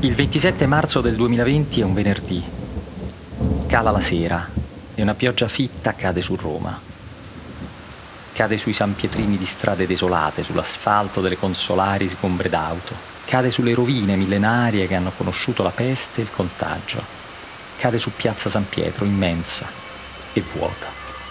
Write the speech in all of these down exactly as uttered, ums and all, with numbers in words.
Il ventisette marzo del duemilaventi è un venerdì. Cala la sera e una pioggia fitta cade su Roma. Cade sui sanpietrini di strade desolate, sull'asfalto delle consolari sgombre d'auto. Cade sulle rovine millenarie che hanno conosciuto la peste e il contagio. Cade su Piazza San Pietro, immensa e vuota.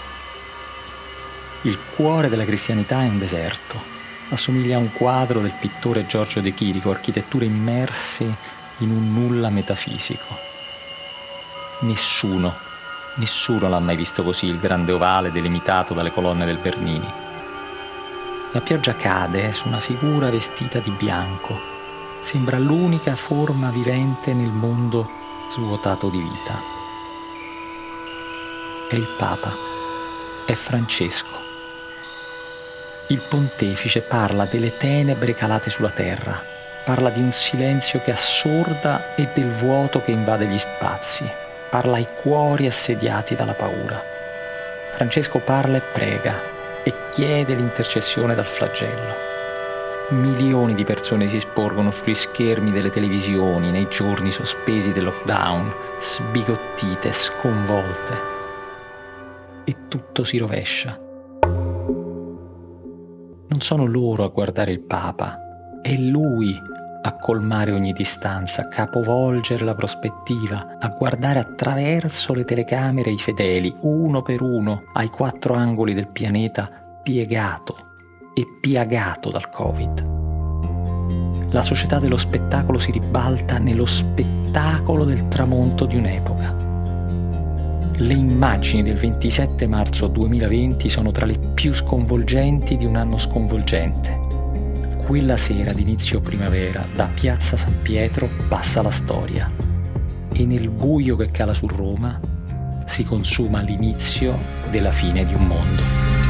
Il cuore della cristianità è un deserto. Assomiglia a un quadro del pittore Giorgio De Chirico, architetture immerse in un nulla metafisico. Nessuno, nessuno l'ha mai visto così, il grande ovale delimitato dalle colonne del Bernini. La pioggia cade su una figura vestita di bianco. Sembra l'unica forma vivente nel mondo svuotato di vita. È il Papa, è Francesco. Il pontefice parla delle tenebre calate sulla terra. Parla di un silenzio che assorda e del vuoto che invade gli spazi. Parla ai cuori assediati dalla paura. Francesco parla e prega e chiede l'intercessione dal flagello. Milioni di persone si sporgono sugli schermi delle televisioni nei giorni sospesi del lockdown, sbigottite, sconvolte. E tutto si rovescia. Non sono loro a guardare il Papa, è lui a colmare ogni distanza, a capovolgere la prospettiva, a guardare attraverso le telecamere i fedeli, uno per uno, ai quattro angoli del pianeta piegato e piagato dal Covid. La società dello spettacolo si ribalta nello spettacolo del tramonto di un'epoca. Le immagini del ventisette marzo duemilaventi sono tra le più sconvolgenti di un anno sconvolgente. Quella sera d'inizio primavera, da Piazza San Pietro passa la storia e nel buio che cala su Roma si consuma l'inizio della fine di un mondo.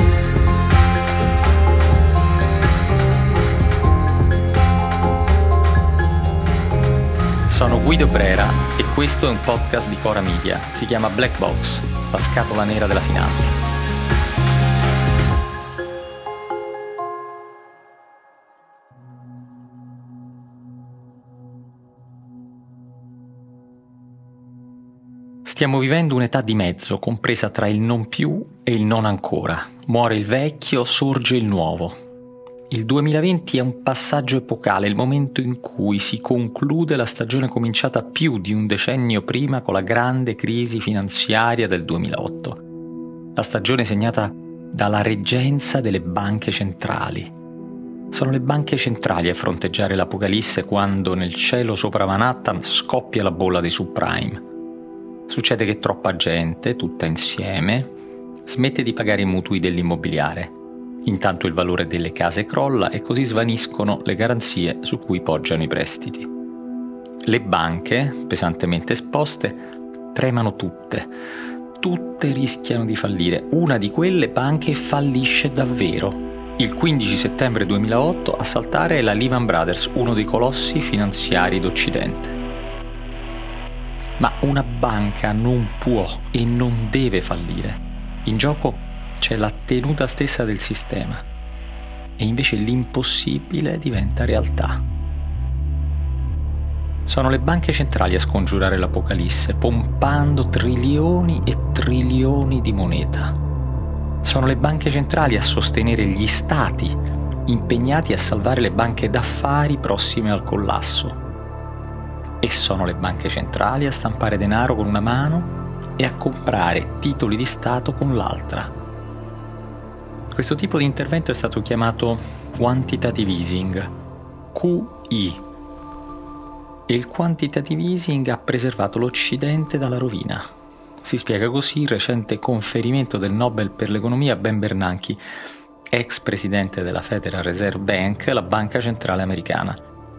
Sono Guido Brera e questo è un podcast di Cora Media. Si chiama Black Box, la scatola nera della finanza. Stiamo vivendo un'età di mezzo, compresa tra il non più e il non ancora. Muore il vecchio, sorge il nuovo. Il duemilaventi è un passaggio epocale, il momento in cui si conclude la stagione cominciata più di un decennio prima con la grande crisi finanziaria del duemilaotto. La stagione segnata dalla reggenza delle banche centrali. Sono le banche centrali a fronteggiare l'apocalisse quando nel cielo sopra Manhattan scoppia la bolla dei subprime. Succede che troppa gente, tutta insieme, smette di pagare i mutui dell'immobiliare. Intanto il valore delle case crolla e così svaniscono le garanzie su cui poggiano i prestiti. Le banche, pesantemente esposte, tremano tutte. Tutte rischiano di fallire. Una di quelle banche fallisce davvero. Il quindici settembre duemilaotto a saltare è la Lehman Brothers, uno dei colossi finanziari d'Occidente. Ma una banca non può e non deve fallire. In gioco c'è la tenuta stessa del sistema. E invece l'impossibile diventa realtà. Sono le banche centrali a scongiurare l'apocalisse, pompando trilioni e trilioni di moneta. Sono le banche centrali a sostenere gli stati, impegnati a salvare le banche d'affari prossime al collasso. E sono le banche centrali a stampare denaro con una mano e a comprare titoli di Stato con l'altra. Questo tipo di intervento è stato chiamato quantitative easing, Q I, e il quantitative easing ha preservato l'Occidente dalla rovina. Si spiega così il recente conferimento del Nobel per l'economia a Ben Bernanke, ex presidente della Federal Reserve Bank, la banca centrale americana.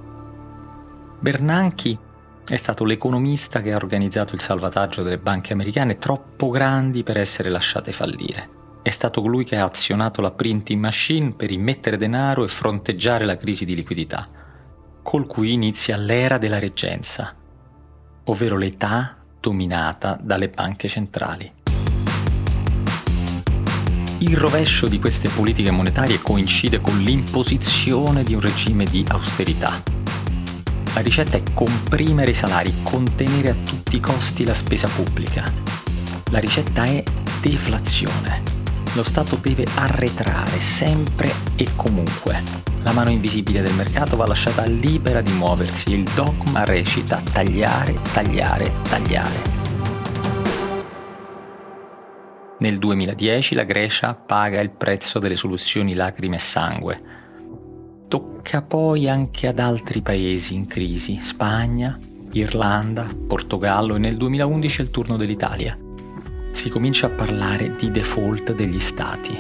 Bernanke è stato l'economista che ha organizzato il salvataggio delle banche americane troppo grandi per essere lasciate fallire. È stato colui che ha azionato la printing machine per immettere denaro e fronteggiare la crisi di liquidità, col cui inizia l'era della reggenza, ovvero l'età dominata dalle banche centrali. Il rovescio di queste politiche monetarie coincide con l'imposizione di un regime di austerità. La ricetta è comprimere i salari, contenere a tutti i costi la spesa pubblica. La ricetta è deflazione. Lo Stato deve arretrare sempre e comunque. La mano invisibile del mercato va lasciata libera di muoversi. Il dogma recita tagliare, tagliare, tagliare. Nel duemiladieci la Grecia paga il prezzo delle soluzioni lacrime e sangue. Tocca poi anche ad altri paesi in crisi, Spagna, Irlanda, Portogallo, e nel duemilaundici è il turno dell'Italia. Si comincia a parlare di default degli stati.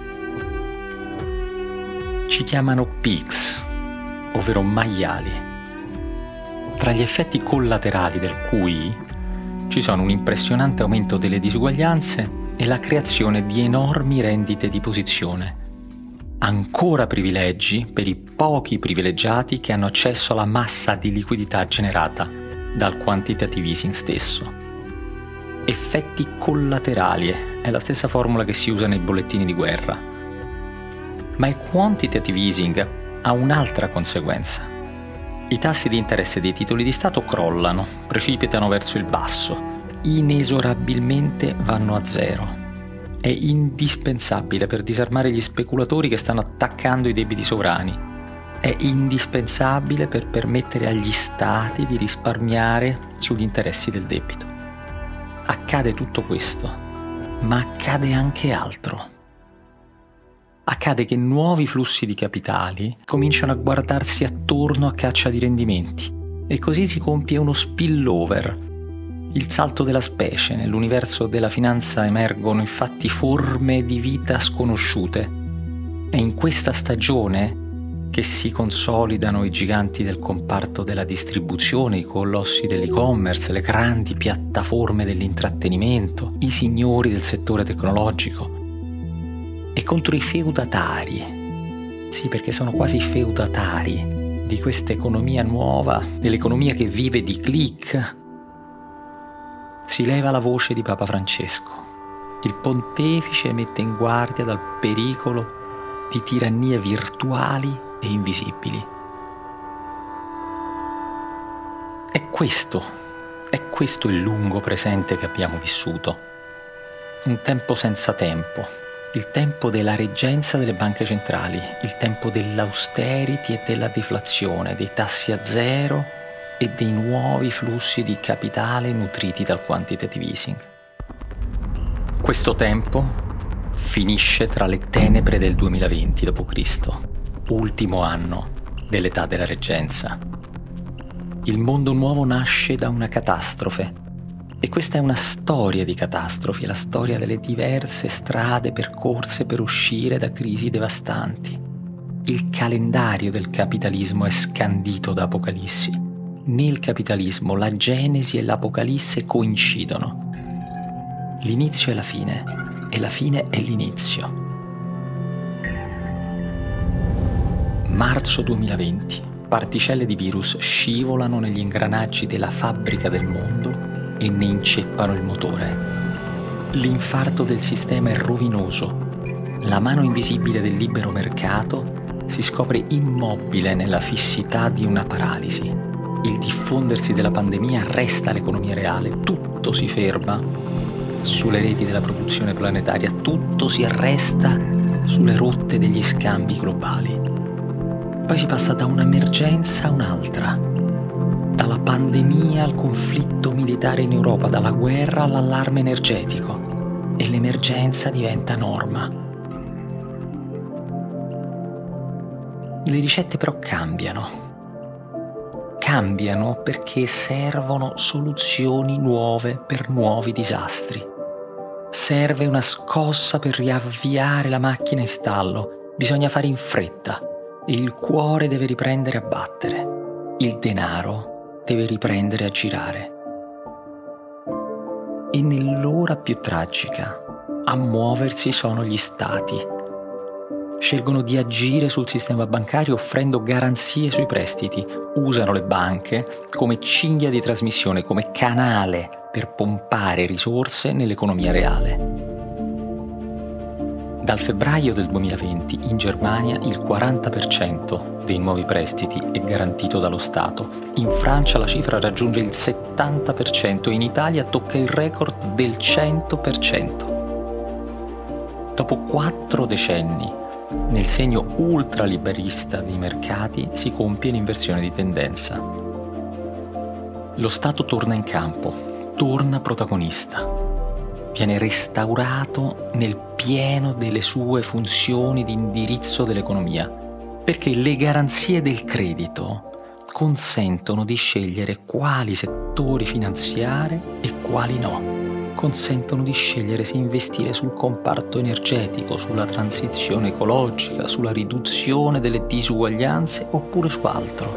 Ci chiamano P I G S, ovvero maiali. Tra gli effetti collaterali del Q I ci sono un impressionante aumento delle disuguaglianze e la creazione di enormi rendite di posizione. Ancora privilegi per i pochi privilegiati che hanno accesso alla massa di liquidità generata dal quantitative easing stesso. Effetti collaterali è la stessa formula che si usa nei bollettini di guerra. Ma il quantitative easing ha un'altra conseguenza. I tassi di interesse dei titoli di Stato crollano, precipitano verso il basso, inesorabilmente vanno a zero. È indispensabile per disarmare gli speculatori che stanno attaccando i debiti sovrani. È indispensabile per permettere agli stati di risparmiare sugli interessi del debito. Accade tutto questo, ma accade anche altro. Accade che nuovi flussi di capitali cominciano a guardarsi attorno a caccia di rendimenti e così si compie uno spillover. Il salto della specie. Nell'universo della finanza emergono infatti forme di vita sconosciute. È in questa stagione che si consolidano i giganti del comparto della distribuzione, i colossi dell'e-commerce, le grandi piattaforme dell'intrattenimento, i signori del settore tecnologico. E contro i feudatari, sì, perché sono quasi feudatari di questa economia nuova, dell'economia che vive di click, si leva la voce di Papa Francesco. Il pontefice mette in guardia dal pericolo di tirannie virtuali e invisibili. È questo, è questo il lungo presente che abbiamo vissuto. Un tempo senza tempo, il tempo della reggenza delle banche centrali, il tempo dell'austerity e della deflazione, dei tassi a zero e dei nuovi flussi di capitale nutriti dal quantitative easing. Questo tempo finisce tra le tenebre del duemilaventi dopo Cristo, ultimo anno dell'età della reggenza. Il mondo nuovo nasce da una catastrofe e questa è una storia di catastrofi, la storia delle diverse strade percorse per uscire da crisi devastanti. Il calendario del capitalismo è scandito da Apocalissi. Nel capitalismo la Genesi e l'Apocalisse coincidono. L'inizio è la fine e la fine è l'inizio. Marzo duemilaventi. Particelle di virus scivolano negli ingranaggi della fabbrica del mondo e ne inceppano il motore. L'infarto del sistema è rovinoso. La mano invisibile del libero mercato si scopre immobile nella fissità di una paralisi. Il diffondersi della pandemia arresta l'economia reale, tutto si ferma sulle reti della produzione planetaria, tutto si arresta sulle rotte degli scambi globali. Poi si passa da un'emergenza a un'altra, dalla pandemia al conflitto militare in Europa, dalla guerra all'allarme energetico, e l'emergenza diventa norma. Le ricette però cambiano. Cambiano perché servono soluzioni nuove per nuovi disastri. Serve una scossa per riavviare la macchina in stallo. Bisogna fare in fretta e il cuore deve riprendere a battere. Il denaro deve riprendere a girare. E nell'ora più tragica, a muoversi sono gli stati. Scelgono di agire sul sistema bancario offrendo garanzie sui prestiti. Usano le banche come cinghia di trasmissione, come canale per pompare risorse nell'economia reale. Dal febbraio del duemilaventi in Germania il quaranta per cento dei nuovi prestiti è garantito dallo Stato, in Francia la cifra raggiunge il settanta per cento e in Italia tocca il record del cento per cento. Dopo quattro decenni, nel segno ultraliberista dei mercati si compie l'inversione di tendenza. Lo Stato torna in campo, torna protagonista. Viene restaurato nel pieno delle sue funzioni di indirizzo dell'economia, perché le garanzie del credito consentono di scegliere quali settori finanziare e quali no. Consentono di scegliere se investire sul comparto energetico, sulla transizione ecologica, sulla riduzione delle disuguaglianze oppure su altro.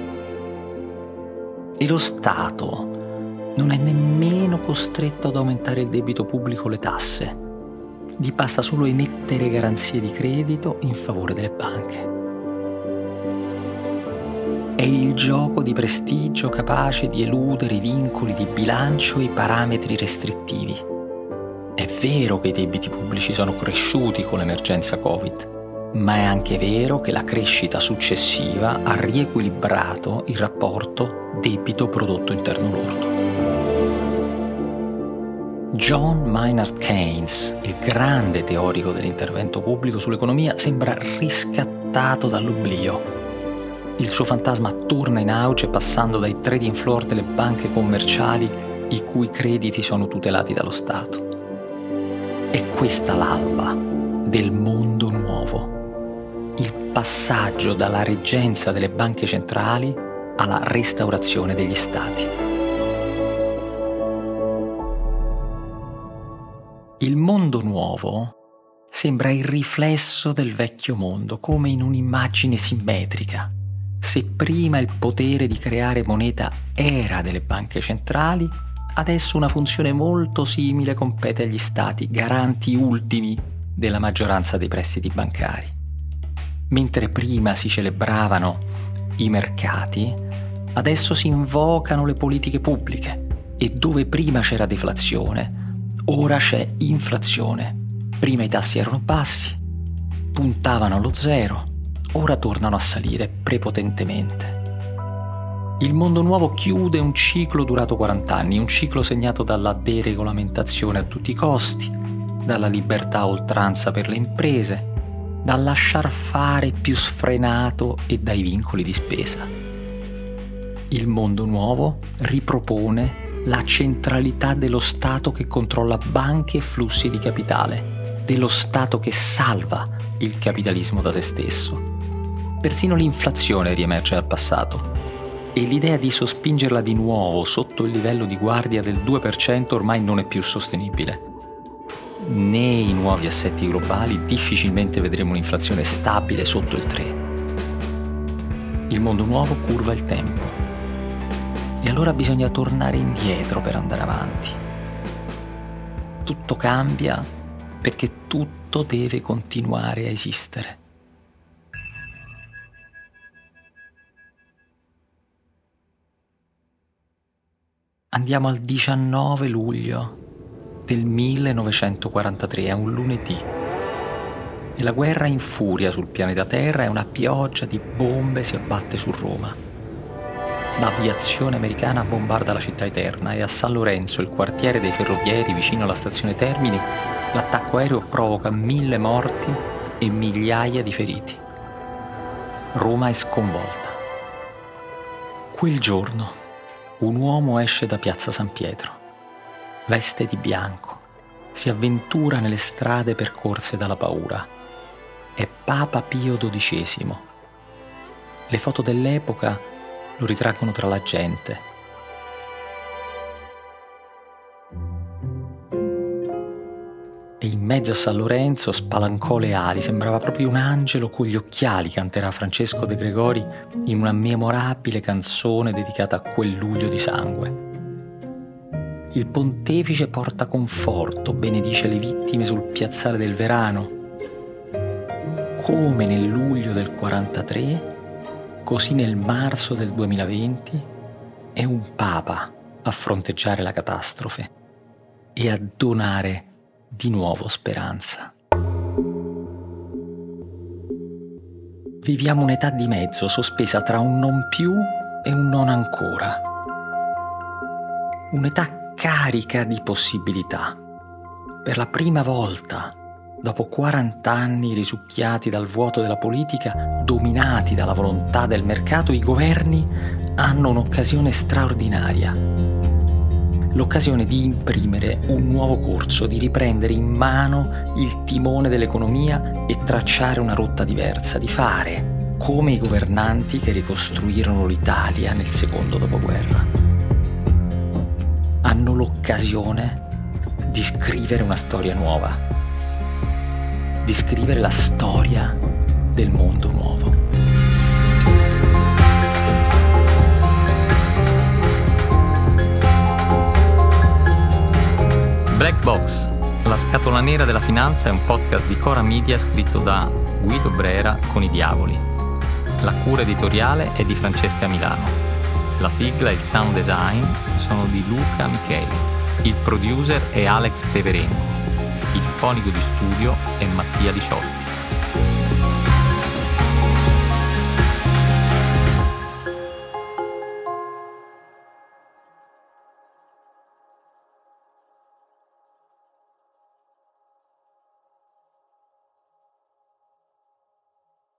E lo Stato non è nemmeno costretto ad aumentare il debito pubblico o le tasse. Gli basta solo emettere garanzie di credito in favore delle banche. È il gioco di prestigio capace di eludere i vincoli di bilancio e i parametri restrittivi. È vero che i debiti pubblici sono cresciuti con l'emergenza Covid, ma è anche vero che la crescita successiva ha riequilibrato il rapporto debito-prodotto interno lordo. John Maynard Keynes, il grande teorico dell'intervento pubblico sull'economia, sembra riscattato dall'oblio. Il suo fantasma torna in auge passando dai trading floor delle banche commerciali i cui crediti sono tutelati dallo Stato. È questa l'alba del mondo nuovo, il passaggio dalla reggenza delle banche centrali alla restaurazione degli Stati. Il mondo nuovo sembra il riflesso del vecchio mondo, come in un'immagine simmetrica. Se prima il potere di creare moneta era delle banche centrali, adesso una funzione molto simile compete agli stati, garanti ultimi della maggioranza dei prestiti bancari. Mentre prima si celebravano i mercati, adesso si invocano le politiche pubbliche e dove prima c'era deflazione, ora c'è inflazione. Prima i tassi erano bassi, puntavano allo zero, ora tornano a salire prepotentemente. Il mondo nuovo chiude un ciclo durato quaranta anni, un ciclo segnato dalla deregolamentazione a tutti i costi, dalla libertà a oltranza per le imprese, dal lasciar fare più sfrenato e dai vincoli di spesa. Il mondo nuovo ripropone la centralità dello Stato che controlla banche e flussi di capitale, dello Stato che salva il capitalismo da se stesso. Persino l'inflazione riemerge dal passato e l'idea di sospingerla di nuovo sotto il livello di guardia del due per cento ormai non è più sostenibile. Nei nuovi assetti globali difficilmente vedremo un'inflazione stabile sotto il tre. Il mondo nuovo curva il tempo. E allora bisogna tornare indietro per andare avanti. Tutto cambia perché tutto deve continuare a esistere. Andiamo al diciannove luglio del millenovecentoquarantatré, è un lunedì. E la guerra infuria sul pianeta Terra e una pioggia di bombe si abbatte su Roma. L'aviazione americana bombarda la città eterna e a San Lorenzo, il quartiere dei ferrovieri vicino alla stazione Termini, l'attacco aereo provoca mille morti e migliaia di feriti. Roma è sconvolta. Quel giorno un uomo esce da Piazza San Pietro, veste di bianco, si avventura nelle strade percorse dalla paura. È Papa Pio dodicesimo. Le foto dell'epoca lo ritraggono tra la gente. E in mezzo a San Lorenzo spalancò le ali, sembrava proprio un angelo con gli occhiali, canterà Francesco De Gregori in una memorabile canzone dedicata a quel luglio di sangue. Il pontefice porta conforto, benedice le vittime sul piazzale del Verano. Come nel luglio del quarantatré, così nel marzo del duemilaventi è un papa a fronteggiare la catastrofe e a donare di nuovo speranza. Viviamo un'età di mezzo sospesa tra un non più e un non ancora. Un'età carica di possibilità. Per la prima volta, dopo quaranta anni risucchiati dal vuoto della politica, dominati dalla volontà del mercato, i governi hanno un'occasione straordinaria. L'occasione di imprimere un nuovo corso, di riprendere in mano il timone dell'economia e tracciare una rotta diversa, di fare come i governanti che ricostruirono l'Italia nel secondo dopoguerra. Hanno l'occasione di scrivere una storia nuova, di scrivere la storia del mondo nuovo. Black Box, la scatola nera della finanza, è un podcast di Cora Media scritto da Guido Brera con i Diavoli. La cura editoriale è di Francesca Milano. La sigla e il sound design sono di Luca Micheli. Il producer è Alex Peverengo. Il fonico di studio è Mattia Liciotti.